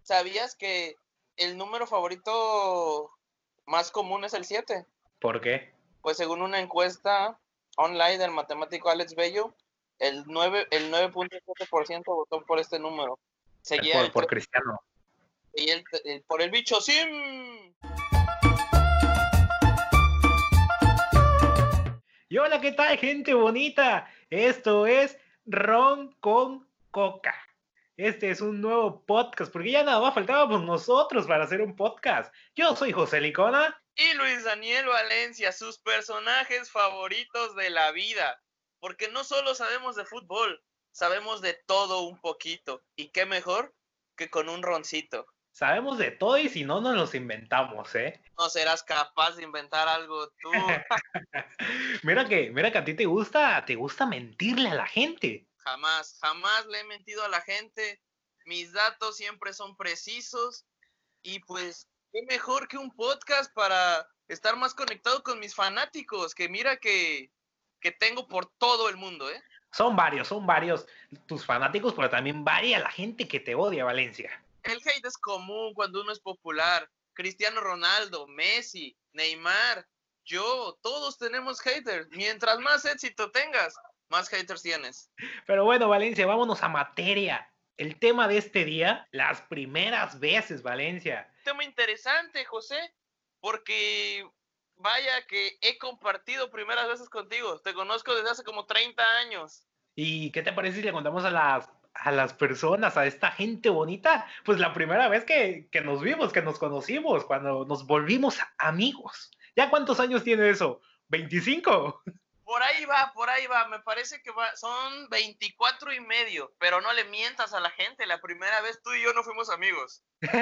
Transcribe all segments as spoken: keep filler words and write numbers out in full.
¿sabías que el número favorito más común es el siete? ¿Por qué? Pues según una encuesta online del matemático Alex Bello, el nueve, el nueve punto siete por ciento votó por este número. Seguía Por, el por tres, Cristiano. y el, el- por el bicho Sim. Y hola, ¿qué tal, gente bonita? Esto es Ron con Coca. Este es un nuevo podcast, porque ya nada más faltábamos nosotros para hacer un podcast. Yo soy José Licona. Y Luis Daniel Valencia, sus personajes favoritos de la vida. Porque no solo sabemos de fútbol, sabemos de todo un poquito. Y qué mejor que con un roncito. Sabemos de todo y si no, nos los inventamos, ¿eh? No serás capaz de inventar algo tú. Mira que, mira que a ti te gusta, te gusta mentirle a la gente. Jamás, jamás le he mentido a la gente. Mis datos siempre son precisos. Y pues, qué mejor que un podcast para estar más conectado con mis fanáticos, que mira que, que tengo por todo el mundo, ¿eh? Son varios, son varios tus fanáticos, pero también varia la gente que te odia, Valencia. El hate es común cuando uno es popular. Cristiano Ronaldo, Messi, Neymar, yo, todos tenemos haters. Mientras más éxito tengas, más haters tienes. Pero bueno, Valencia, vámonos a materia. El tema de este día, las primeras veces, Valencia. Tema interesante, José, porque vaya que he compartido primeras veces contigo. Te conozco desde hace como treinta años. ¿Y qué te parece si le contamos a las, a las personas, a esta gente bonita, pues la primera vez que, que nos vimos, que nos conocimos, cuando nos volvimos amigos? ¿Ya cuántos años tiene eso? ¿veinticinco? Por ahí va, por ahí va. Me parece que va, son veinticuatro y medio, pero no le mientas a la gente. La primera vez tú y yo no fuimos amigos.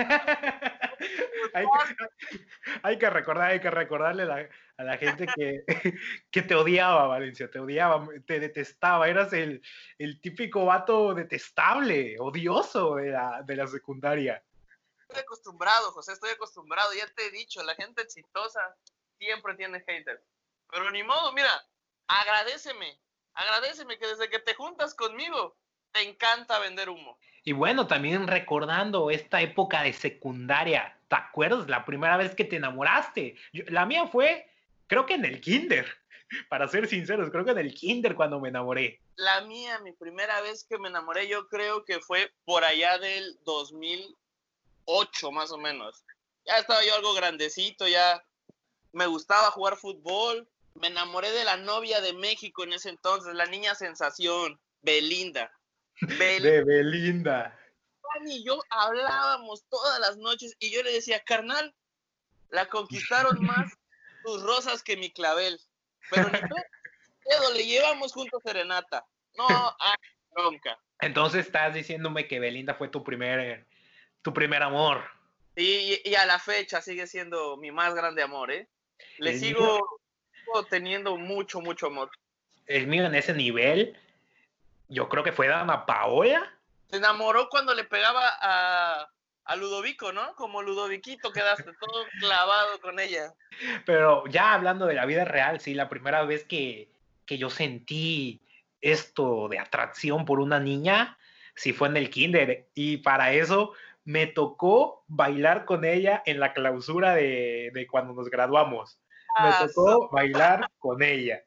hay, que, hay que recordar, hay que recordarle a la, a la gente que, que te odiaba, Valencia, te odiaba, te detestaba, eras el, el típico vato detestable, odioso de la, de la secundaria. Estoy acostumbrado, José, estoy acostumbrado. Ya te he dicho, la gente exitosa siempre tiene haters. Pero ni modo, mira, agradéceme, agradéceme que desde que te juntas conmigo, te encanta vender humo. Y bueno, también recordando esta época de secundaria, ¿te acuerdas la primera vez que te enamoraste? Yo, la mía fue, creo que en el kinder, para ser sinceros, creo que en el kinder cuando me enamoré. La mía, mi primera vez que me enamoré, yo creo que fue por allá del dos mil ocho más o menos. Ya estaba yo algo grandecito, ya me gustaba jugar fútbol. Me enamoré de la novia de México en ese entonces, la niña sensación, Belinda. Bel de Belinda. Juan y yo hablábamos todas las noches y yo le decía, carnal, la conquistaron más tus rosas que mi clavel. Pero ni pedo, le llevamos juntos serenata. No hay bronca. Entonces estás diciéndome que Belinda fue tu primer, tu primer amor. Y, y a la fecha sigue siendo mi más grande amor, ¿eh? Le el sigo, mío, sigo teniendo mucho, mucho amor. El mío en ese nivel, yo creo que fue Dana Paola. Se enamoró cuando le pegaba a, a Ludovico, ¿no? Como Ludoviquito quedaste todo clavado con ella. Pero ya hablando de la vida real, sí, la primera vez que, que yo sentí esto de atracción por una niña, sí fue en el kinder. Y para eso me tocó bailar con ella en la clausura de, de cuando nos graduamos. Ah, me tocó so... bailar con ella.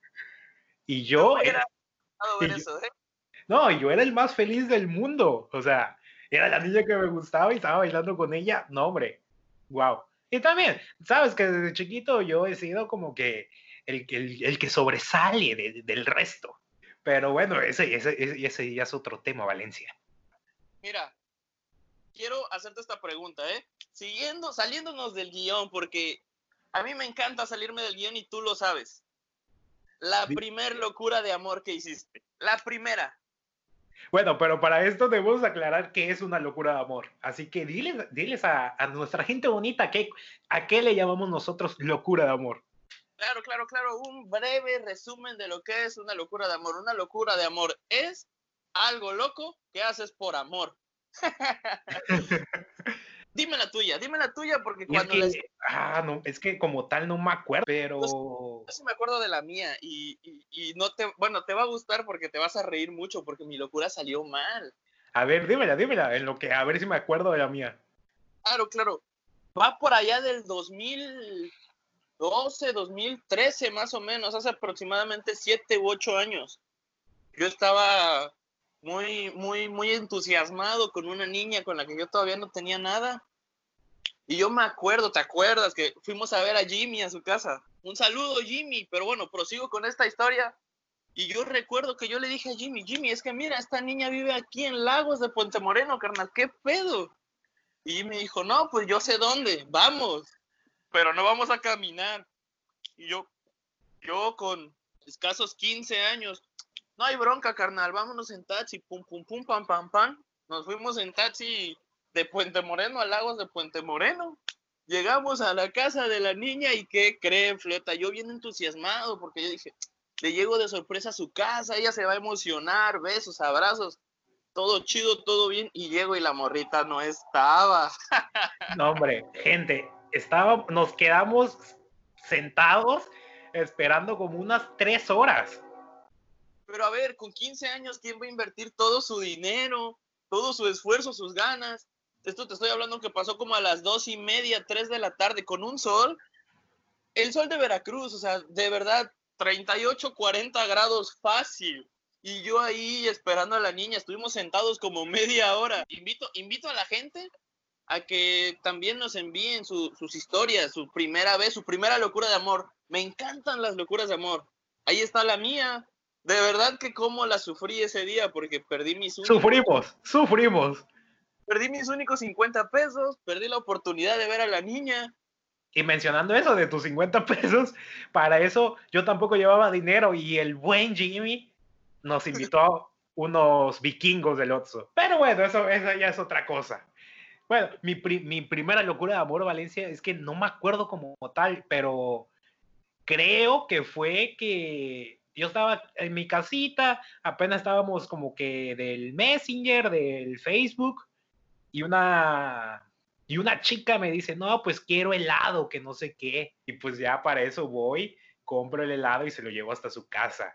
Y yo... No era... y ver eso, ¿eh? No, yo era el más feliz del mundo. O sea, era la niña que me gustaba y estaba bailando con ella. No, hombre. Wow. Y también, sabes que desde chiquito yo he sido como que el, el, el que sobresale de, del resto. Pero bueno, ese, ese, ese ya es otro tema, Valencia. Mira, quiero hacerte esta pregunta, ¿eh? Siguiendo, saliéndonos del guión, porque a mí me encanta salirme del guión y tú lo sabes. La primer locura de amor que hiciste. La primera. Bueno, pero para esto debemos aclarar que es una locura de amor. Así que diles, diles a, a nuestra gente bonita que, a qué le llamamos nosotros locura de amor. Claro, claro, claro. Un breve resumen de lo que es una locura de amor. Una locura de amor es algo loco que haces por amor. Dime la tuya, dime la tuya porque cuando... Es que, les... ah, no, es que como tal no me acuerdo, pero... Yo, yo sí me acuerdo de la mía y, y, y no te... Bueno, te va a gustar porque te vas a reír mucho porque mi locura salió mal. A ver, dímela, dímela, en lo que a ver si me acuerdo de la mía. Claro, claro. Va por allá del dos mil doce, dos mil trece más o menos, hace aproximadamente siete u ocho años. Yo estaba muy, muy, muy entusiasmado con una niña con la que yo todavía no tenía nada. Y yo me acuerdo, ¿te acuerdas? Que fuimos a ver a Jimmy a su casa. Un saludo, Jimmy. Pero bueno, prosigo con esta historia. Y yo recuerdo que yo le dije a Jimmy, Jimmy, es que mira, esta niña vive aquí en Lagos de Puente Moreno, carnal, ¿qué pedo? Y Jimmy dijo, no, pues yo sé dónde, vamos, pero no vamos a caminar. Y yo, yo con escasos quince años, no hay bronca, carnal, vámonos en taxi, pum, pum, pum, pam, pam, pam. Nos fuimos en taxi de Puente Moreno a Lagos de Puente Moreno. Llegamos a la casa de la niña y ¿qué creen, Flota? Yo bien entusiasmado porque yo dije, le llego de sorpresa a su casa, ella se va a emocionar, besos, abrazos, todo chido, todo bien, y llego y la morrita no estaba. No, hombre, gente, estaba, nos quedamos sentados esperando como unas tres horas. Pero a ver, con quince años, ¿quién va a invertir todo su dinero, todo su esfuerzo, sus ganas? Esto te estoy hablando que pasó como a las dos y media, tres de la tarde, con un sol, el sol de Veracruz, o sea, de verdad, treinta y ocho, cuarenta grados fácil. Y yo ahí esperando a la niña, estuvimos sentados como media hora. Invito, invito a la gente a que también nos envíen su, sus historias, su primera vez, su primera locura de amor. Me encantan las locuras de amor. Ahí está la mía. De verdad que cómo la sufrí ese día porque perdí mis únicos... Sufrimos, sufrimos. Perdí mis únicos cincuenta pesos, perdí la oportunidad de ver a la niña. Y mencionando eso de tus cincuenta pesos, para eso yo tampoco llevaba dinero y el buen Jimmy nos invitó a unos vikingos del Otso. Pero bueno, eso, eso ya es otra cosa. Bueno, mi, pri mi primera locura de amor, Valencia, es que no me acuerdo como tal, pero creo que fue que yo estaba en mi casita, apenas estábamos como que del Messenger, del Facebook, y una, y una chica me dice, no, pues quiero helado, que no sé qué. Y pues ya para eso voy, compro el helado y se lo llevo hasta su casa.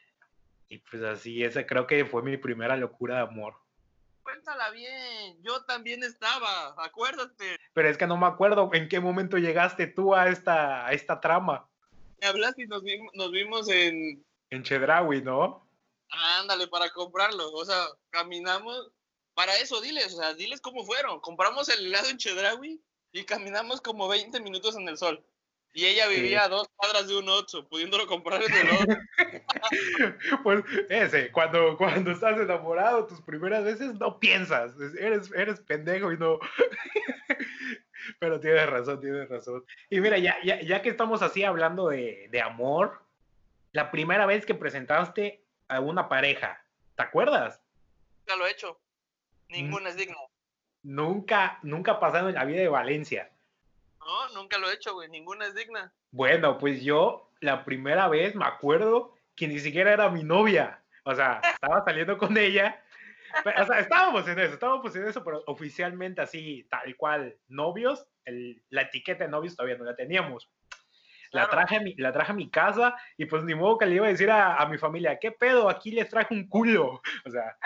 Y pues así, esa creo que fue mi primera locura de amor. Cuéntala bien, yo también estaba, acuérdate. Pero es que no me acuerdo en qué momento llegaste tú a esta, a esta trama. Me hablaste y nos vimos, nos vimos en... En Chedraui, ¿no? Ándale, para comprarlo. O sea, caminamos. Para eso, diles, o sea, diles cómo fueron. Compramos el helado en Chedraui y caminamos como veinte minutos en el sol. Y ella vivía sí. a dos cuadras de un Oxxo, pudiéndolo comprar en el Oxxo. Pues ese, cuando, cuando estás enamorado, tus primeras veces no piensas, eres, eres pendejo y no. Pero tienes razón, tienes razón. Y mira, ya, ya, ya que estamos así hablando de, de amor, la primera vez que presentaste a una pareja, ¿te acuerdas? Nunca lo he hecho. Ninguna es digna. Nunca, nunca ha pasado en la vida de Valencia. No, nunca lo he hecho, güey. Ninguna es digna. Bueno, pues yo la primera vez me acuerdo que ni siquiera era mi novia. O sea, estaba saliendo con ella. Pero, o sea, estábamos en eso, estábamos en eso, pero oficialmente así, tal cual, novios, el, la etiqueta de novios todavía no la teníamos. Claro. La, traje a mi, la traje a mi casa y pues ni modo que le iba a decir a, a mi familia, ¿qué pedo? Aquí les traje un culo. O sea...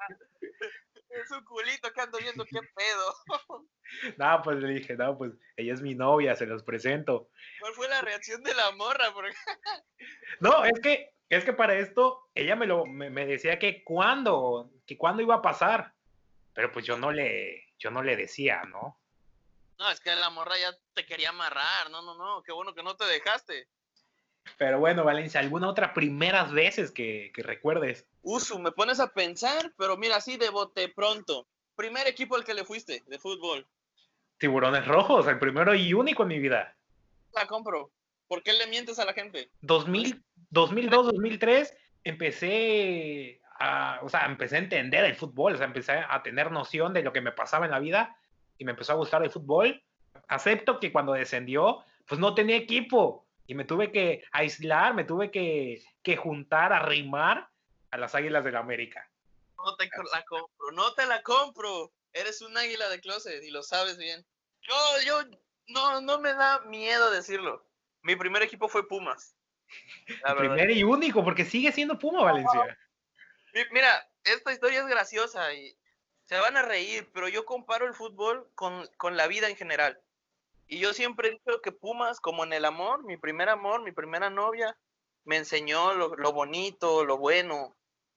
Es un culito que ando viendo, qué pedo. No, pues le dije, no, pues ella es mi novia, se los presento. ¿Cuál fue la reacción de la morra? Porque... No, es que, es que para esto ella me, lo, me, me decía que cuándo, que cuándo iba a pasar, pero pues yo no le, yo no le decía, ¿no? No, es que la morra ya te quería amarrar, no, no, no, qué bueno que no te dejaste. Pero bueno, Valencia, ¿alguna otra primeras veces que, que recuerdes? Usu, me pones a pensar, pero mira, así de bote pronto. Primer equipo al que le fuiste, de fútbol. Tiburones Rojos, el primero y único en mi vida. La compro. ¿Por qué le mientes a la gente? dos mil, dos mil dos, dos mil tres, empecé a, o sea, empecé a entender el fútbol, o sea, empecé a tener noción de lo que me pasaba en la vida y me empezó a gustar el fútbol. Acepto que cuando descendió, pues no tenía equipo y me tuve que aislar, me tuve que, que juntar, arrimar a las Águilas del América. No te la compro, no te la compro. Eres un águila de closet y lo sabes bien. Yo, yo, no, no me da miedo decirlo. Mi primer equipo fue Pumas. La primer y único, porque sigue siendo Puma, Valencia. Mira, esta historia es graciosa y se van a reír, pero yo comparo el fútbol con, con la vida en general. Y yo siempre he dicho que Pumas, como en el amor, mi primer amor, mi primera novia, me enseñó lo, lo bonito, lo bueno.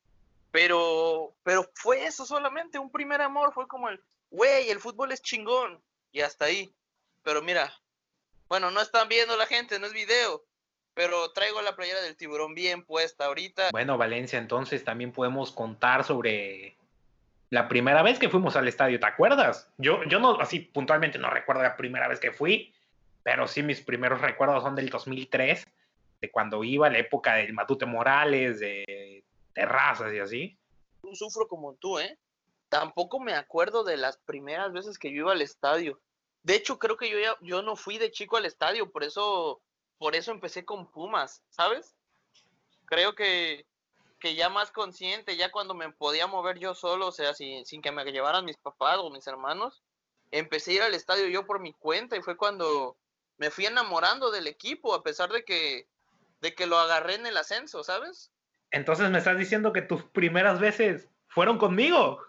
Pero, pero fue eso solamente, un primer amor. Fue como el, güey, el fútbol es chingón. Y hasta ahí. Pero mira, bueno, no están viendo la gente, no es video. Pero traigo la playera del Tiburón bien puesta ahorita. Bueno, Valencia, entonces también podemos contar sobre la primera vez que fuimos al estadio, ¿te acuerdas? Yo, yo no, así puntualmente no recuerdo la primera vez que fui, pero sí mis primeros recuerdos son del dos mil tres, de cuando iba, la época del Matute Morales, de Terrazas y así. No sufro como tú, ¿eh? Tampoco me acuerdo de las primeras veces que yo iba al estadio. De hecho, creo que yo ya, yo no fui de chico al estadio, por eso, por eso empecé con Pumas, ¿sabes? Creo que, que ya más consciente, ya cuando me podía mover yo solo, o sea, sin, sin que me llevaran mis papás o mis hermanos, empecé a ir al estadio yo por mi cuenta y fue cuando me fui enamorando del equipo, a pesar de que, de que lo agarré en el ascenso, ¿sabes? Entonces me estás diciendo que tus primeras veces fueron conmigo.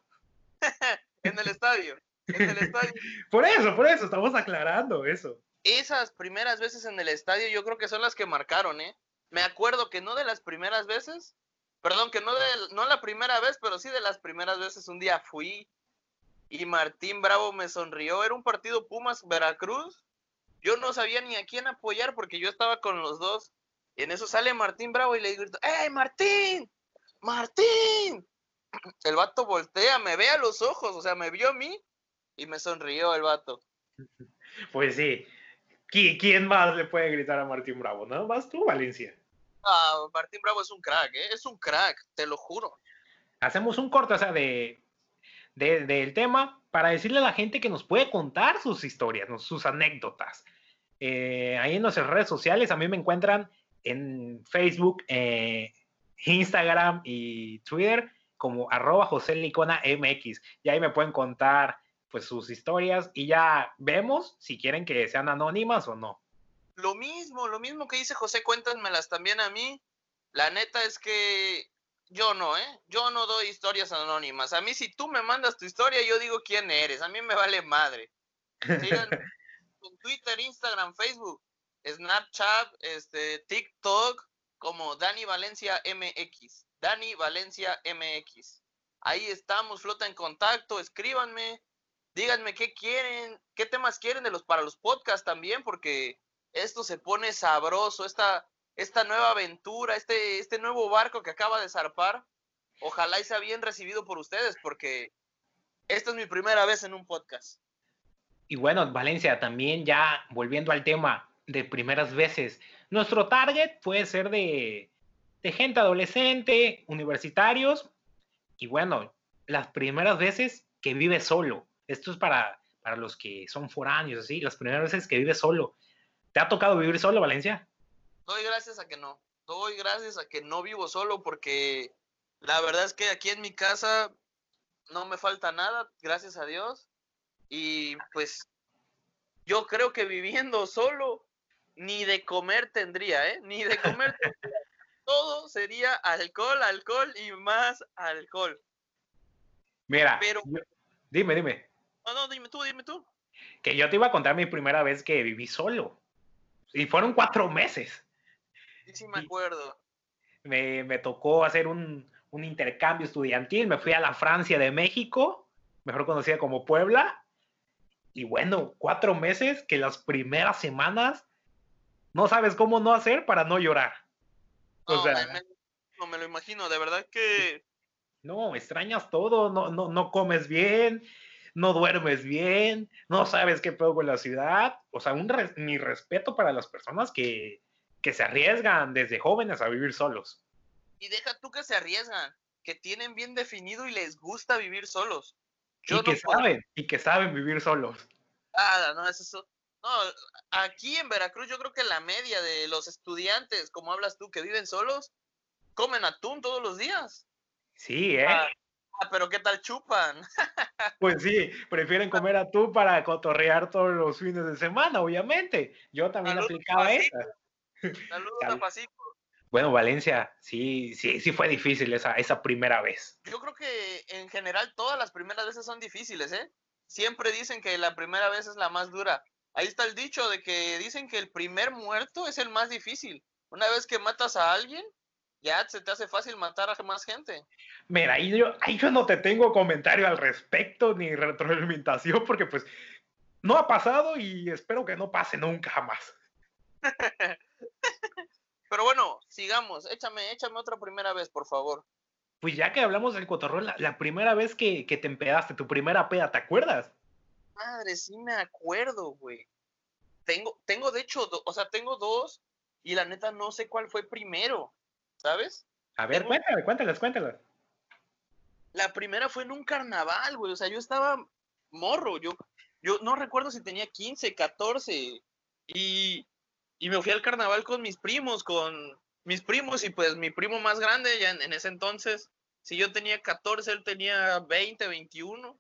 En el estadio, en el estadio. Por eso, por eso, estamos aclarando eso. Esas primeras veces en el estadio yo creo que son las que marcaron, ¿eh? Me acuerdo que no de las primeras veces, perdón, que no de no la primera vez, pero sí de las primeras veces. Un día fui y Martín Bravo me sonrió. Era un partido Pumas-Veracruz. Yo no sabía ni a quién apoyar porque yo estaba con los dos. Y en eso sale Martín Bravo y le grito, ¡Ey, Martín! ¡Martín! El vato voltea, me ve a los ojos, o sea, me vio a mí y me sonrió el vato. Pues sí. ¿Quién más le puede gritar a Martín Bravo? ¿No? ¿Vas tú, Valencia? Ah, Martín Bravo es un crack, ¿eh? Es un crack, te lo juro. Hacemos un corte, o sea, de, de, del tema para decirle a la gente que nos puede contar sus historias, sus anécdotas. Eh, ahí en nuestras redes sociales a mí me encuentran en Facebook, eh, Instagram y Twitter como arroba José Licona M X. Y ahí me pueden contar pues sus historias y ya vemos si quieren que sean anónimas o no. Lo mismo, lo mismo que dice José, cuéntamelas también a mí. La neta es que yo no, ¿eh? Yo no doy historias anónimas. A mí si tú me mandas tu historia, yo digo quién eres. A mí me vale madre. Síganme en Twitter, Instagram, Facebook, Snapchat, este, TikTok, como Dani Valencia M X. Dani Valencia M X. Ahí estamos, flota en contacto, escríbanme, díganme qué quieren, qué temas quieren de los, para los podcasts también, porque esto se pone sabroso, esta, esta nueva aventura, este, este nuevo barco que acaba de zarpar. Ojalá y sea bien recibido por ustedes, porque esta es mi primera vez en un podcast. Y bueno, Valencia, también ya volviendo al tema de primeras veces, nuestro target puede ser de, de gente adolescente, universitarios, y bueno, las primeras veces que vive solo. Esto es para, para los que son foráneos, así, las primeras veces que vive solo. ¿Te ha tocado vivir solo, Valencia? Doy gracias a que no. Doy gracias a que no vivo solo porque la verdad es que aquí en mi casa no me falta nada, gracias a Dios. Y pues yo creo que viviendo solo ni de comer tendría, ¿eh? Ni de comer tendría. Todo sería alcohol, alcohol y más alcohol. Mira, Pero, yo, dime, dime. no, no, dime tú, dime tú. Que yo te iba a contar mi primera vez que viví solo. Y fueron cuatro meses. Sí, sí me acuerdo. Me, me tocó hacer un, un intercambio estudiantil. Me fui a la Francia de México, mejor conocida como Puebla. Y bueno, cuatro meses que las primeras semanas no sabes cómo no hacer para no llorar. O No, sea, me, me, no me lo imagino, de verdad que... no, extrañas todo, no, no, no comes bien, no duermes bien, no sabes qué pedo con la ciudad. O sea, un res, mi respeto para las personas que, que se arriesgan desde jóvenes a vivir solos. Y deja tú que se arriesgan, que tienen bien definido y les gusta vivir solos. Yo Y que no podría. saben, y que saben vivir solos. Ah, no, es eso. No, aquí en Veracruz yo creo que la media de los estudiantes, como hablas tú, que viven solos, comen atún todos los días. Sí, ¿eh? Ah, ah, pero ¿qué tal chupan? Pues sí, prefieren comer atún para cotorrear todos los fines de semana, obviamente. Yo también Saludos a aplicaba esa. Pacico. Saludos a Pacico. Bueno, Valencia, sí, sí, sí fue difícil esa, esa primera vez. Yo creo que en general todas las primeras veces son difíciles, ¿eh? Siempre dicen que la primera vez es la más dura. Ahí está el dicho de que dicen que el primer muerto es el más difícil. Una vez que matas a alguien, ya se te hace fácil matar a más gente. Mira, ahí yo, ahí yo no te tengo comentario al respecto ni retroalimentación porque pues no ha pasado y espero que no pase nunca jamás. Pero bueno, sigamos. Échame, échame otra primera vez, por favor. Pues ya que hablamos del cotorreo, la, la primera vez que, que te empedaste, tu primera peda, ¿te acuerdas? Madre, sí me acuerdo, güey. Tengo, tengo de hecho, do, o sea, tengo dos y la neta no sé cuál fue primero, ¿sabes? A ver, tengo... cuéntale, cuéntales, cuéntales. La primera fue en un carnaval, güey. O sea, yo estaba morro. Yo, yo no recuerdo si tenía quince, catorce. Y, y me fui al carnaval con mis primos, con mis primos. Y pues mi primo más grande, ya en, en ese entonces, si yo tenía catorce, él tenía veinte, veintiuno.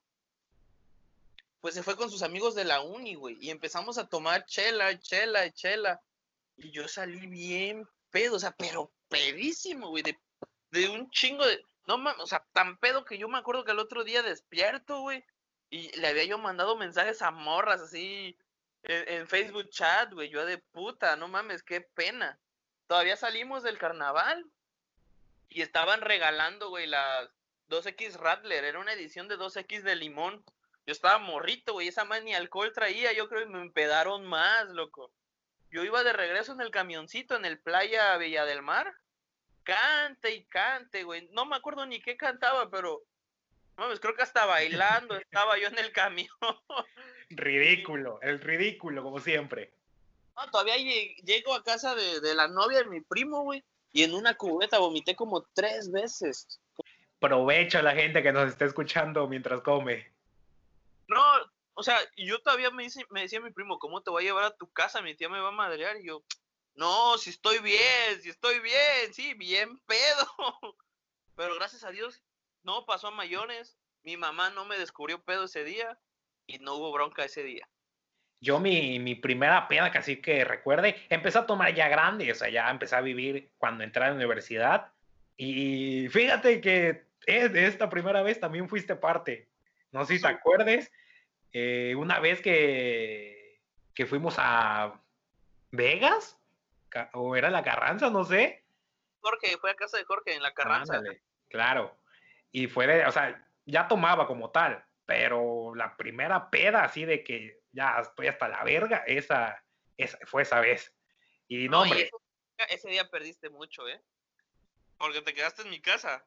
Pues se fue con sus amigos de la uni, güey. Y empezamos a tomar chela, chela, chela. Y yo salí bien pedo, o sea, pero pedísimo, güey. De, de un chingo de... No mames, o sea, tan pedo que yo me acuerdo que el otro día despierto, güey. Y le había yo mandado mensajes a morras así en, en Facebook chat, güey. Yo de puta, no mames, qué pena. Todavía salimos del carnaval y estaban regalando, güey, las dos equis Rattler. Era una edición de dos equis de limón. Yo estaba morrito, güey. Esa man ni alcohol traía. Yo creo que me empedaron más, loco. Yo iba de regreso en el camioncito en el Playa Villa del Mar. Cante y cante, güey. No me acuerdo ni qué cantaba, pero mames, creo que hasta bailando estaba yo en el camión. Ridículo, el ridículo, como siempre. No, todavía llego a casa de, de la novia de mi primo, güey. Y en una cubeta vomité como tres veces. Provecho a la gente que nos está escuchando mientras come. No, o sea, yo todavía me, dice, me decía mi primo, ¿cómo te voy a llevar a tu casa? Mi tía me va a madrear. Y yo, no, si estoy bien, si estoy bien, sí, bien pedo. Pero gracias a Dios no pasó a mayores. Mi mamá no me descubrió pedo ese día y no hubo bronca ese día. Yo mi, mi primera peda, que así que recuerde, empecé a tomar ya grande, o sea, ya empecé a vivir cuando entré a la universidad. Y fíjate que de esta primera vez también fuiste parte. No sé si te acuerdes, eh, una vez que, que fuimos a Vegas, o era la Carranza, no sé. Jorge, fue a casa de Jorge en la Carranza. Ándale, claro. Y fue de, o sea, ya tomaba como tal, pero la primera peda así de que ya estoy hasta la verga, esa, esa fue esa vez. Y no, no hombre. Y eso, ese día perdiste mucho, ¿eh? Porque te quedaste en mi casa.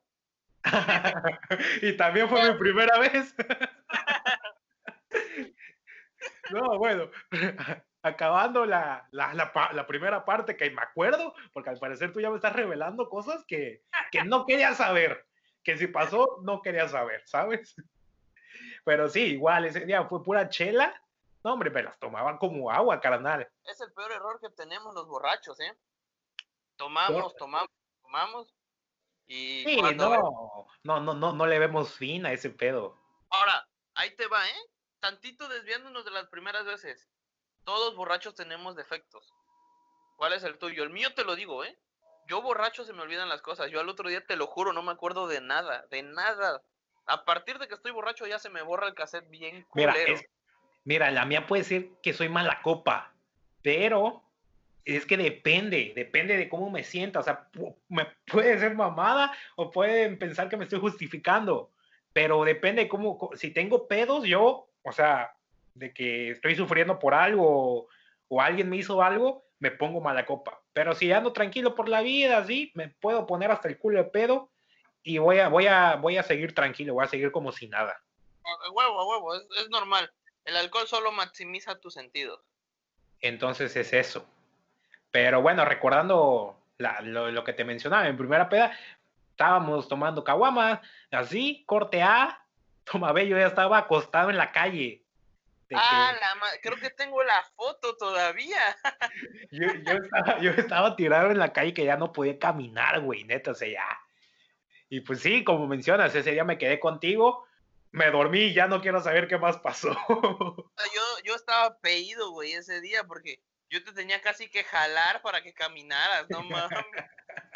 Y también fue mi primera vez. No, bueno, acabando la, la, la, la, primera parte que me acuerdo, porque al parecer tú ya me estás revelando cosas que, que no quería saber, que si pasó no quería saber, ¿sabes? Pero sí, igual, ese día fue pura chela. No, hombre, me las tomaban como agua, carnal. Es el peor error que tenemos los borrachos, ¿eh? Tomamos, ¿Por? tomamos, tomamos. Y sí, no, ves... no, no, no, no le vemos fin a ese pedo. Ahora, ahí te va, ¿eh? Tantito desviándonos de las primeras veces. Todos borrachos tenemos defectos. ¿Cuál es el tuyo? El mío te lo digo, ¿eh? Yo borracho se me olvidan las cosas. Yo al otro día, te lo juro, no me acuerdo de nada, de nada. A partir de que estoy borracho ya se me borra el cassette bien culero. Mira, es, mira, la mía puede ser que soy mala copa, pero es que depende, depende de cómo me sienta. O sea, me puede ser mamada o pueden pensar que me estoy justificando, pero depende de cómo, si tengo pedos, yo, o sea, de que estoy sufriendo por algo o, o alguien me hizo algo, me pongo mala copa. Pero si ando tranquilo por la vida, así, me puedo poner hasta el culo de pedo y voy a, voy a, voy a seguir tranquilo, voy a seguir como si nada. A huevo, a huevo, es, es normal. El alcohol solo maximiza tus sentidos. Entonces es eso. Pero bueno, recordando la, lo, lo que te mencionaba en primera peda, estábamos tomando caguama, así, corte A, toma bello, ya estaba acostado en la calle. Ah, que... la ma- creo que tengo la foto todavía. yo, yo, estaba, yo estaba tirado en la calle que ya no podía caminar, güey, neta, o sea, ya. Y pues sí, como mencionas, ese día me quedé contigo, me dormí y ya no quiero saber qué más pasó. Yo, yo estaba peído, güey, ese día, porque yo te tenía casi que jalar para que caminaras, no mames.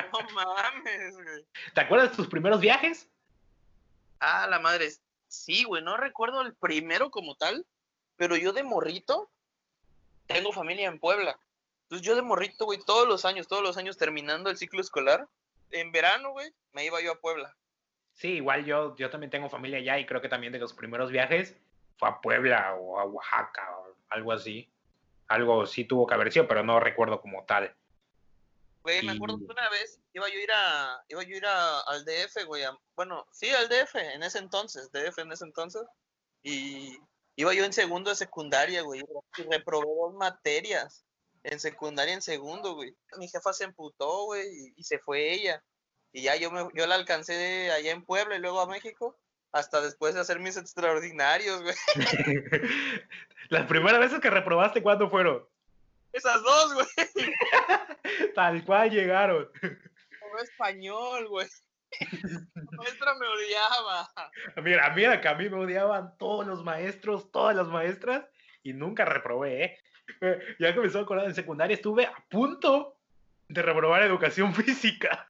No mames, güey. ¿Te acuerdas de tus primeros viajes? Ah, la madre. Sí, güey, no recuerdo el primero como tal, pero yo de morrito tengo familia en Puebla. Entonces yo de morrito, güey, todos los años, todos los años terminando el ciclo escolar, en verano, güey, me iba yo a Puebla. Sí, igual yo, yo también tengo familia allá y creo que también de los primeros viajes fue a Puebla o a Oaxaca o algo así. Algo sí tuvo que haber sido, pero no recuerdo como tal. Güey, me Y acuerdo que una vez iba yo a ir a, iba yo a ir a, al D F, güey. a- bueno, sí, al D F, en ese entonces, D F en ese entonces. Y iba yo en segundo de secundaria, güey. Y reprobé dos materias en secundaria en segundo, güey. Mi jefa se emputó, güey, y, y se fue ella. Y ya yo, me, yo la alcancé de allá en Puebla y luego a México, hasta después de hacer mis extraordinarios, güey. las primeras veces que reprobaste, ¿cuándo fueron? Esas dos, güey. Tal cual llegaron. Como español, güey. La maestra me odiaba. Mira, mira que a mí me odiaban todos los maestros, todas las maestras, y nunca reprobé, ¿eh? Eh, Ya que me estoy acordando, en secundaria estuve a punto de reprobar educación física.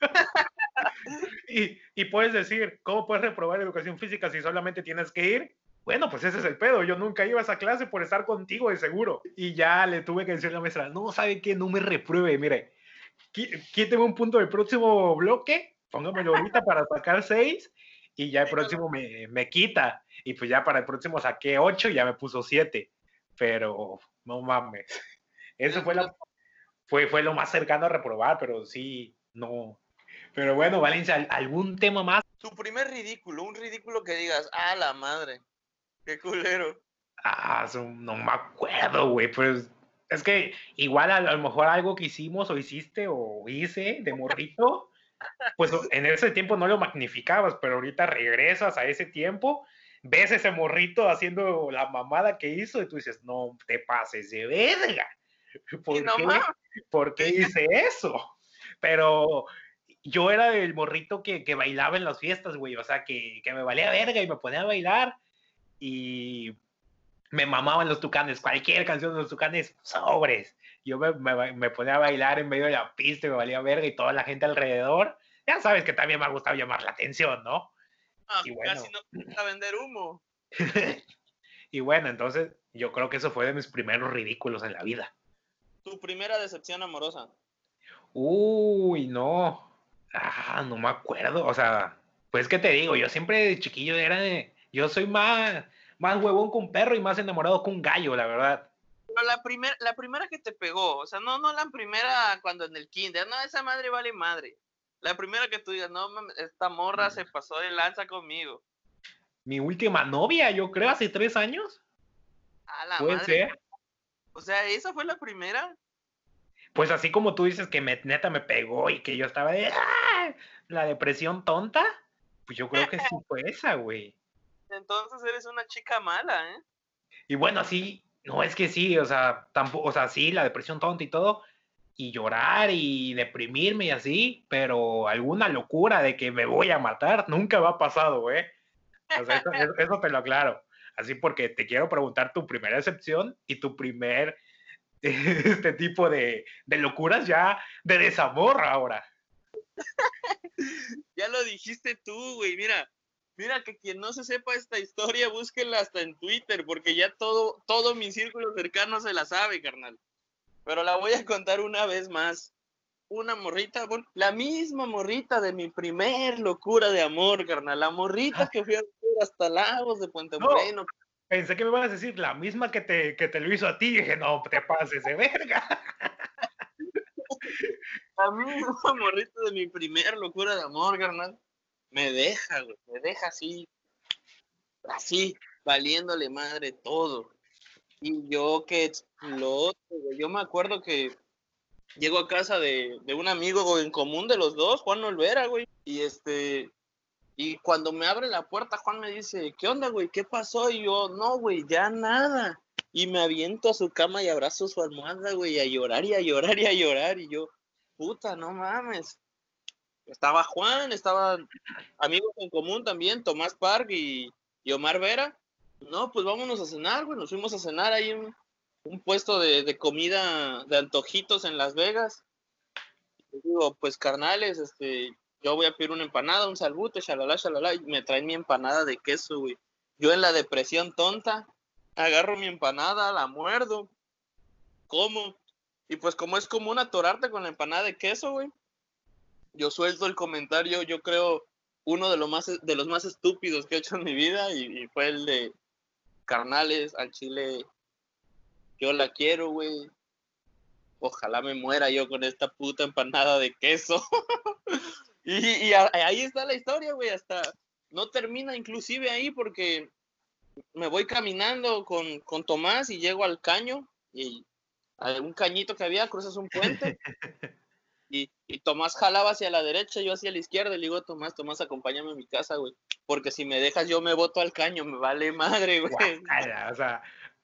y, y puedes decir, ¿cómo puedes reprobar educación física si solamente tienes que ir? Bueno, pues ese es el pedo. Yo nunca iba a esa clase por estar contigo, de seguro. Y ya le tuve que decir a la maestra, no, ¿sabe qué? No me repruebe, mire. Quíteme un punto del próximo bloque, póngamelo ahorita para sacar seis y ya el próximo me, me quita. Y pues ya para el próximo saqué ocho y ya me puso siete. Pero no mames. Eso fue, la, fue, fue lo más cercano a reprobar, pero sí, no. Pero bueno, Valencia, ¿algún tema más? Tu primer ridículo, un ridículo que digas, ah, la madre, qué culero. Ah, no me acuerdo, güey. Pues es que igual a, a lo mejor algo que hicimos o hiciste o hice de morrito, pues en ese tiempo no lo magnificabas, pero ahorita regresas a ese tiempo, ves ese morrito haciendo la mamada que hizo y tú dices, no te pases de verga. ¿Por, no qué? Mames. ¿Por qué hice eso? Pero yo era el morrito que, que bailaba en las fiestas, güey, o sea, que, que me valía verga y me ponía a bailar y me mamaban los Tucanes, cualquier canción de los Tucanes, sobres. Yo me, me, me ponía a bailar en medio de la pista y me valía verga y toda la gente alrededor. Ya sabes que también me ha gustado llamar la atención, ¿no? Ah, y bueno, casi no me gusta vender humo. y bueno, entonces yo creo que eso fue de mis primeros ridículos en la vida. Tu primera decepción amorosa. Uy, no. Ah, no me acuerdo. O sea, pues que te digo, yo siempre de chiquillo era de. Yo soy más, más huevón con un perro y más enamorado con un gallo, la verdad. Pero la, primer, la primera que te pegó, o sea, no, no la primera cuando en el kinder, no, esa madre vale madre. La primera que tú digas, no, mames, esta morra se pasó de lanza conmigo. Mi última novia, yo creo, hace tres años. A la Puede madre. ser. O sea, ¿esa fue la primera? Pues así como tú dices que me, neta me pegó y que yo estaba de ¡ah! La depresión tonta, pues yo creo que sí fue esa, güey. Entonces eres una chica mala, ¿eh? Y bueno, así, no es que sí, o sea, tampoco, o sea, sí, la depresión tonta y todo, y llorar y deprimirme y así, pero alguna locura de que me voy a matar nunca me ha pasado, güey. O sea, eso, eso, eso te lo aclaro. Así porque te quiero preguntar tu primera decepción y tu primer este tipo de, de locuras ya de desamor ahora. Ya lo dijiste tú, güey. Mira, mira que quien no se sepa esta historia, búsquenla hasta en Twitter, porque ya todo, todo mi círculo cercano se la sabe, carnal. Pero la voy a contar una vez más. Una morrita, bueno, la misma morrita de mi primer locura de amor, carnal. La morrita que fui a ver hasta Lagos de Puente No, Moreno. pensé que me ibas a decir la misma que te, que te lo hizo a ti. Y dije, no, te pases de verga. La misma morrita de mi primer locura de amor, carnal. Me deja, güey. Me deja así, así, valiéndole madre todo. Y yo que exploto, güey. Yo me acuerdo que llego a casa de, de un amigo güey, en común de los dos, Juan Olvera, güey. Y este, y cuando me abre la puerta, Juan me dice, ¿qué onda, güey? ¿Qué pasó? Y yo, no, güey, ya nada. Y me aviento a su cama y abrazo su almohada, güey, a llorar y a llorar y a llorar. Y yo, puta, no mames. Estaba Juan, estaban amigos en común también, Tomás Park y, y Omar Vera. No, pues vámonos a cenar, güey. Nos fuimos a cenar ahí en un puesto de, de comida de antojitos en Las Vegas. Les digo, pues carnales, este, yo voy a pedir una empanada, un salbute, shalala, shalala, y me traen mi empanada de queso, güey. Yo en la depresión tonta, agarro mi empanada, la muerdo, como, y pues como es común atorarte con la empanada de queso, güey, yo suelto el comentario, yo creo, uno de, lo más, de los más estúpidos que he hecho en mi vida, y, y fue el de, carnales, al chile, yo la quiero, güey. Ojalá me muera yo con esta puta empanada de queso. y, y a, ahí está la historia, güey. Hasta no termina inclusive ahí porque me voy caminando con, con Tomás y llego al caño y a un cañito que había, cruzas un puente y, y Tomás jalaba hacia la derecha, yo hacia la izquierda y le digo, Tomás, Tomás, acompáñame a mi casa, güey. Porque si me dejas yo me boto al caño, me vale madre, güey. Guacala, o sea,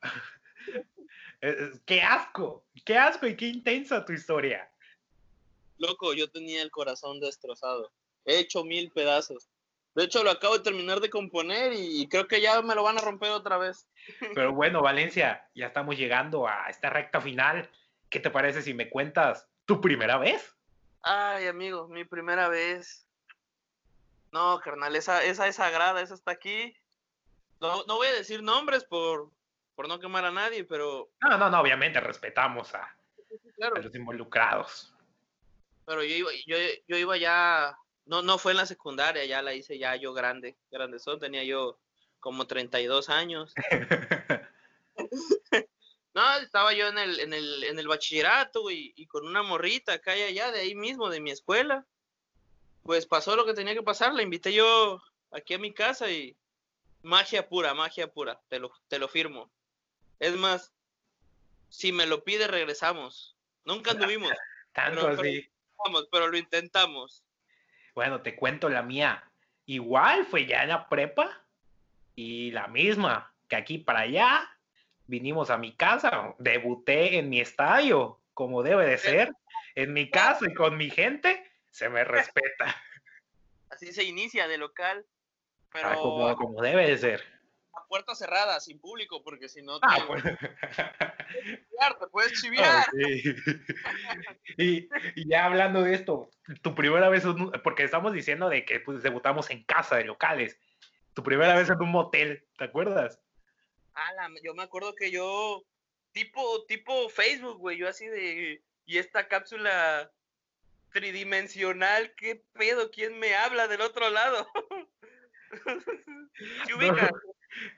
qué asco, qué asco y qué intensa tu historia. Loco, yo tenía el corazón destrozado. He hecho mil pedazos. De hecho, lo acabo de terminar de componer y creo que ya me lo van a romper otra vez. Pero bueno, Valencia, ya estamos llegando a esta recta final. ¿Qué te parece si me cuentas tu primera vez? Ay, amigo, mi primera vez. No, carnal, esa, esa es sagrada, esa está aquí. No, no voy a decir nombres por, por no quemar a nadie, pero... No, no, no, obviamente respetamos a, claro. a los involucrados. Pero yo iba, yo, yo iba ya... No, no fue en la secundaria, ya la hice ya yo grande. Grandezón, tenía yo como treinta y dos años. No, estaba yo en el, en el, en el bachillerato y, y con una morrita acá y allá, de ahí mismo, de mi escuela. Pues pasó lo que tenía que pasar, la invité yo aquí a mi casa y magia pura, magia pura, te lo, te lo firmo. Es más, si me lo pide, regresamos. Nunca anduvimos. Tanto pero, así. Pero, pero lo intentamos. Bueno, te cuento la mía. Igual fue ya en la prepa y la misma, que aquí para allá vinimos a mi casa, debuté en mi estadio, como debe de ser, en mi casa y con mi gente, se me respeta. Así se inicia de local, pero ah, como, como debe de ser. A puerta cerrada, sin público, porque si no te, ah, pues... te puedes chiviar. Oh, sí. y, y ya hablando de esto, tu primera vez, porque estamos diciendo de que pues, debutamos en casa de locales, tu primera vez en un motel, ¿te acuerdas? Ah, la, yo me acuerdo que yo, tipo, tipo Facebook, güey, yo así de, y esta cápsula tridimensional, ¿qué pedo? ¿Quién me habla del otro lado? ¿Te ubicas? No.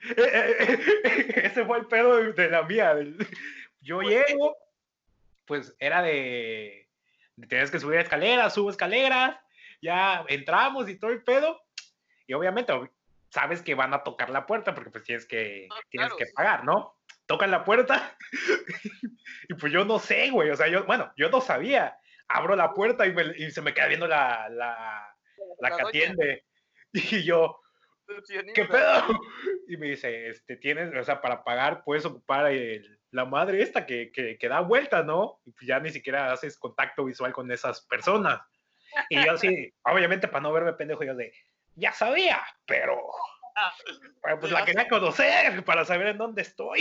Ese fue el pedo de la mía. Yo llego, pues era de, de tenías que subir escaleras, subo escaleras, ya entramos y todo el pedo, y obviamente sabes que van a tocar la puerta porque pues tienes que, ah, tienes claro, que pagar, ¿no? Tocan la puerta y pues yo no sé, güey, o sea, yo, bueno, yo no sabía. Abro la puerta y, me, y se me queda viendo la, la, la, la que atiende. Y yo, ¿qué pedo? Y me dice, este, tienes, o sea, para pagar puedes ocupar el, la madre esta que, que, que da vueltas, ¿no? Y ya ni siquiera haces contacto visual con esas personas. Y yo así, obviamente para no verme pendejo, yo de, ya sabía, pero, pero pues la quería conocer para saber en dónde estoy.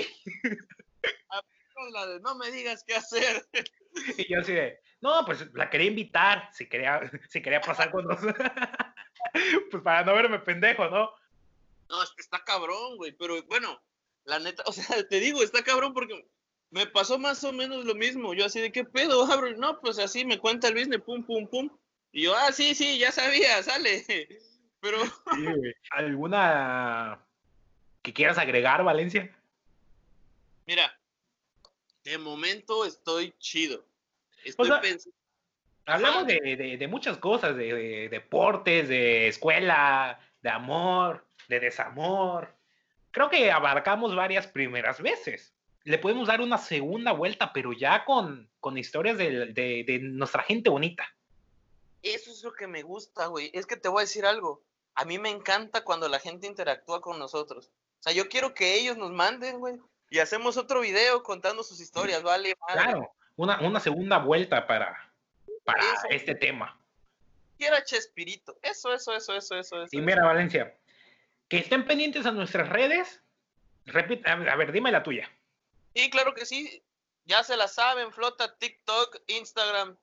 La de, no me digas qué hacer. Y yo así de, no, pues la quería invitar, si quería, si quería pasar con nosotros. Pues para no verme pendejo, ¿no? No, es que está cabrón, güey, pero bueno, la neta, o sea, te digo, está cabrón porque me pasó más o menos lo mismo. Yo así de, ¿qué pedo, abro? No, pues así me cuenta el business, pum, pum, pum. Y yo, ah, sí, sí, ya sabía, sale. Pero... Sí, güey. ¿Alguna que quieras agregar, Valencia? Mira, de momento estoy chido. Estoy o sea, pensando... Hablamos de, de, de, muchas cosas, de, de deportes, de escuela, de amor, de desamor. Creo que abarcamos varias primeras veces. Le podemos dar una segunda vuelta, pero ya con, con historias de, de, de nuestra gente bonita. Eso es lo que me gusta, güey. Es que te voy a decir algo. A mí me encanta cuando la gente interactúa con nosotros. O sea, yo quiero que ellos nos manden, güey, y hacemos otro video contando sus historias, ¿vale? Madre. Claro, una, una segunda vuelta para, para este tema. Quiera Chespirito. Eso, eso, eso, eso, eso. Y mira, eso. Valencia, que estén pendientes a nuestras redes. Repite, a ver, dime la tuya. Sí, claro que sí. Ya se la saben, Flota, TikTok, Instagram,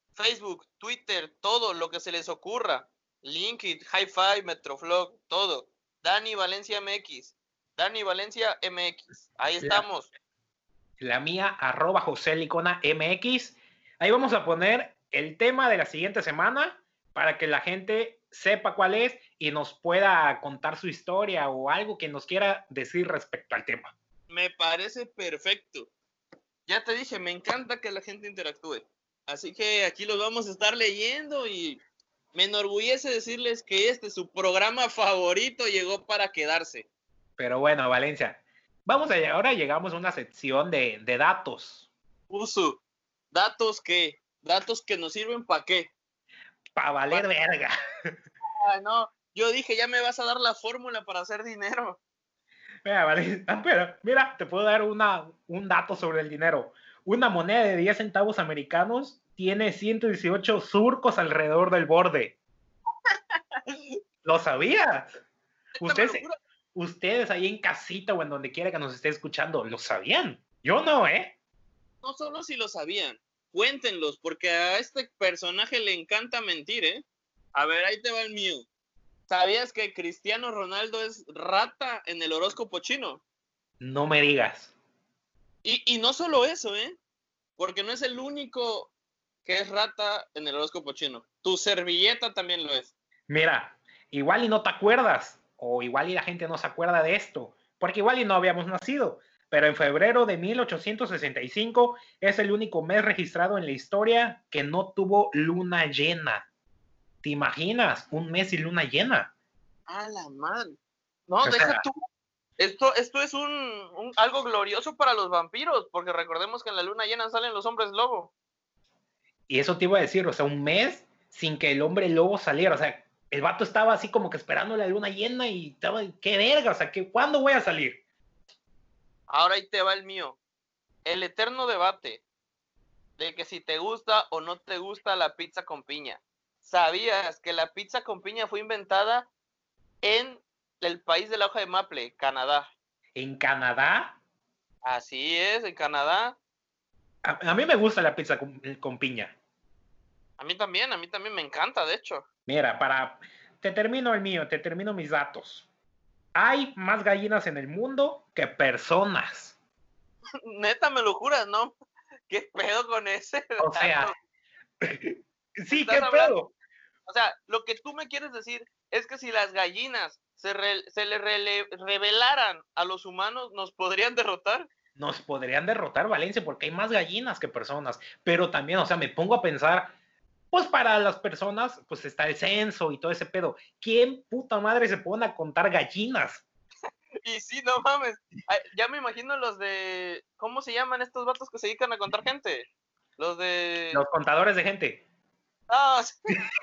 Facebook, Twitter, todo lo que se les ocurra. LinkedIn, Hi-Fi, Metroflog, todo. Dani Valencia M X. Dani Valencia M X. Ahí estamos. La, la mía, arroba José Licona M X. Ahí vamos a poner el tema de la siguiente semana para que la gente sepa cuál es y nos pueda contar su historia o algo que nos quiera decir respecto al tema. Me parece perfecto. Ya te dije, me encanta que la gente interactúe. Así que aquí los vamos a estar leyendo y me enorgullece decirles que este, su programa favorito, llegó para quedarse. Pero bueno, Valencia, vamos a ahora llegamos a una sección de, de datos. Uso, ¿datos qué? ¿Datos que nos sirven para qué? Para valer Pa verga. Ah, no, yo dije, ya me vas a dar la fórmula para hacer dinero. Mira, Valencia, ah, pero, mira, te puedo dar una, un dato sobre el dinero. Una moneda de diez centavos americanos tiene ciento dieciocho surcos alrededor del borde. ¿Lo sabías? Ustedes, ustedes ahí en casita o en donde quiera que nos esté escuchando, ¿lo sabían? Yo no, ¿eh? No solo si lo sabían, cuéntenlos, porque a este personaje le encanta mentir, ¿eh? A ver, ahí te va el mío. ¿Sabías que Cristiano Ronaldo es rata en el horóscopo chino? No me digas. Y, y no solo eso, ¿eh? Porque no es el único que es rata en el horóscopo chino. Tu servilleta también lo es. Mira, igual y no te acuerdas, o igual y la gente no se acuerda de esto, porque igual y no habíamos nacido, pero en febrero de mil ochocientos sesenta y cinco es el único mes registrado en la historia que no tuvo luna llena. ¿Te imaginas? Un mes sin luna llena. ¡A la madre! No, O deja sea, tú. Esto, esto es un, un, algo glorioso para los vampiros, porque recordemos que en la luna llena salen los hombres lobo. Y eso te iba a decir, o sea, un mes sin que el hombre lobo saliera, o sea, el vato estaba así como que esperando la luna llena y estaba, qué verga, o sea, que, ¿cuándo voy a salir? Ahora ahí te va el mío. El eterno debate de que si te gusta o no te gusta la pizza con piña. ¿Sabías que la pizza con piña fue inventada en el país de la hoja de maple, Canadá? ¿En Canadá? Así es, en Canadá. A, a mí me gusta la pizza con, con piña. A mí también, a mí también me encanta, de hecho. Mira, para... Te termino el mío, te termino mis datos. Hay más gallinas en el mundo que personas. Neta, me lo juras, ¿no? ¿Qué pedo con ese? O sea, sí, ¿qué hablando? pedo? O sea, lo que tú me quieres decir es que si las gallinas se, re, se le rele, revelaran a los humanos, ¿nos podrían derrotar? Nos podrían derrotar, Valencia, porque hay más gallinas que personas. Pero también, o sea, me pongo a pensar, pues para las personas, pues está el censo y todo ese pedo. ¿Quién puta madre se pone a contar gallinas? Y sí, no mames. Ya me imagino los de... ¿Cómo se llaman estos vatos que se dedican a contar gente? Los de... Los contadores de gente. Ah, sí.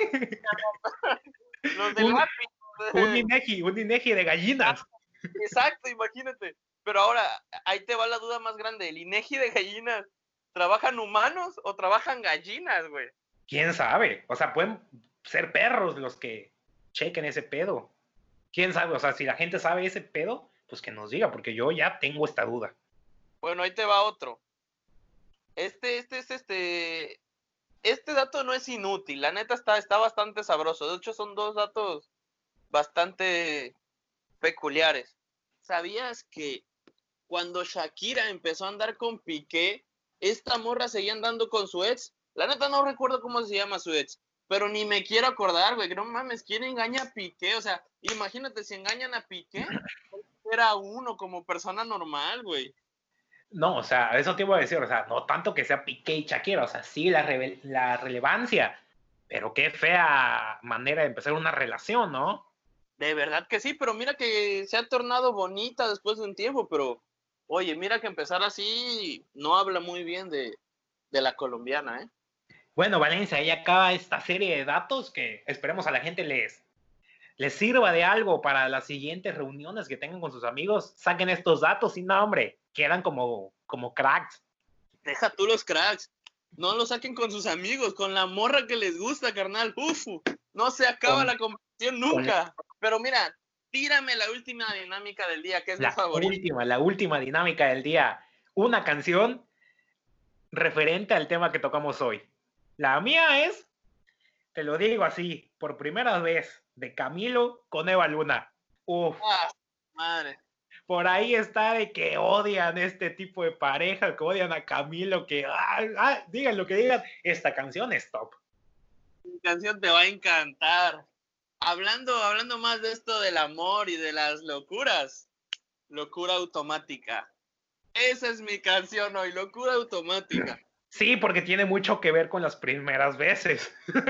Los del un, lápiz. Un INEGI, un INEGI de gallinas. Ah, exacto, imagínate. Pero ahora, ahí te va la duda más grande. ¿El INEGI de gallinas trabajan humanos o trabajan gallinas, güey? ¿Quién sabe? O sea, pueden ser perros los que chequen ese pedo. ¿Quién sabe? O sea, si la gente sabe ese pedo, pues que nos diga, porque yo ya tengo esta duda. Bueno, ahí te va otro. Este, este, este, este... Este dato no es inútil. La neta está, está bastante sabroso. De hecho, son dos datos bastante peculiares. ¿Sabías que cuando Shakira empezó a andar con Piqué, esta morra seguía andando con su ex? La neta no recuerdo cómo se llama su ex, pero ni me quiero acordar, güey. No mames, ¿quién engaña a Piqué? O sea, imagínate, si engañan a Piqué, era uno como persona normal, güey. No, o sea, eso te iba a decir, o sea, no tanto que sea Piqué y Shakira, o sea, sí la, re la relevancia, pero qué fea manera de empezar una relación, ¿no? De verdad que sí, pero mira que se ha tornado bonita después de un tiempo, pero oye, mira que empezar así no habla muy bien de, de la colombiana, ¿eh? Bueno, Valencia, ahí acaba esta serie de datos que esperemos a la gente les, les sirva de algo para las siguientes reuniones que tengan con sus amigos. Saquen estos datos y no, hombre, quedan como, como cracks. Deja tú los cracks. No lo saquen con sus amigos, con la morra que les gusta, carnal. Uf, no se acaba con, la conversación nunca. Con... Pero mira, tírame la última dinámica del día, que es la mi favorita. Última, la última dinámica del día. Una canción referente al tema que tocamos hoy. La mía es, te lo digo así, por primera vez, de Camilo con Eva Luna. Uf. Ah, madre. Por ahí está de que odian este tipo de pareja, que odian a Camilo, que ah, ah, digan lo que digan, esta canción es top. Mi canción te va a encantar. Hablando, hablando más de esto del amor y de las locuras, Locura Automática. Esa es mi canción hoy, Locura Automática. Sí, porque tiene mucho que ver con las primeras veces.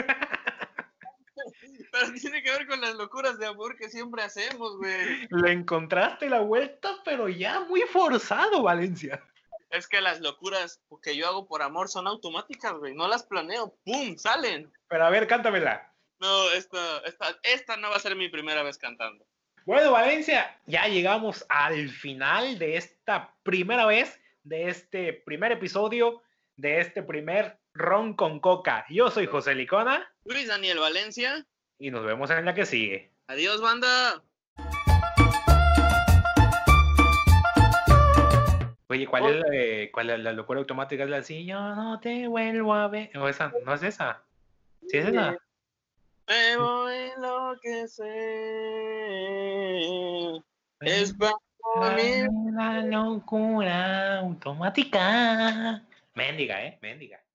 Pero tiene que ver con las locuras de amor que siempre hacemos, güey. Le encontraste la vuelta, pero ya muy forzado, Valencia. Es que las locuras que yo hago por amor son automáticas, güey. No las planeo, ¡pum! Salen. Pero a ver, cántamela. No, esta, esta, esta no va a ser mi primera vez cantando. Bueno, Valencia, ya llegamos al final de esta primera vez, de este primer episodio, de este primer Ron con Coca. Yo soy José Licona. Luis Daniel Valencia. Y nos vemos en la que sigue. Adiós, banda. Oye, ¿cuál, oh. es, la, eh, ¿cuál es la locura automática? Es la así, yo no te vuelvo a ver. ¿O esa? ¿No es esa? ¿Sí es esa? Me voy a enloquecer. Es para mí la locura automática. Mendiga, ¿eh? Mendiga.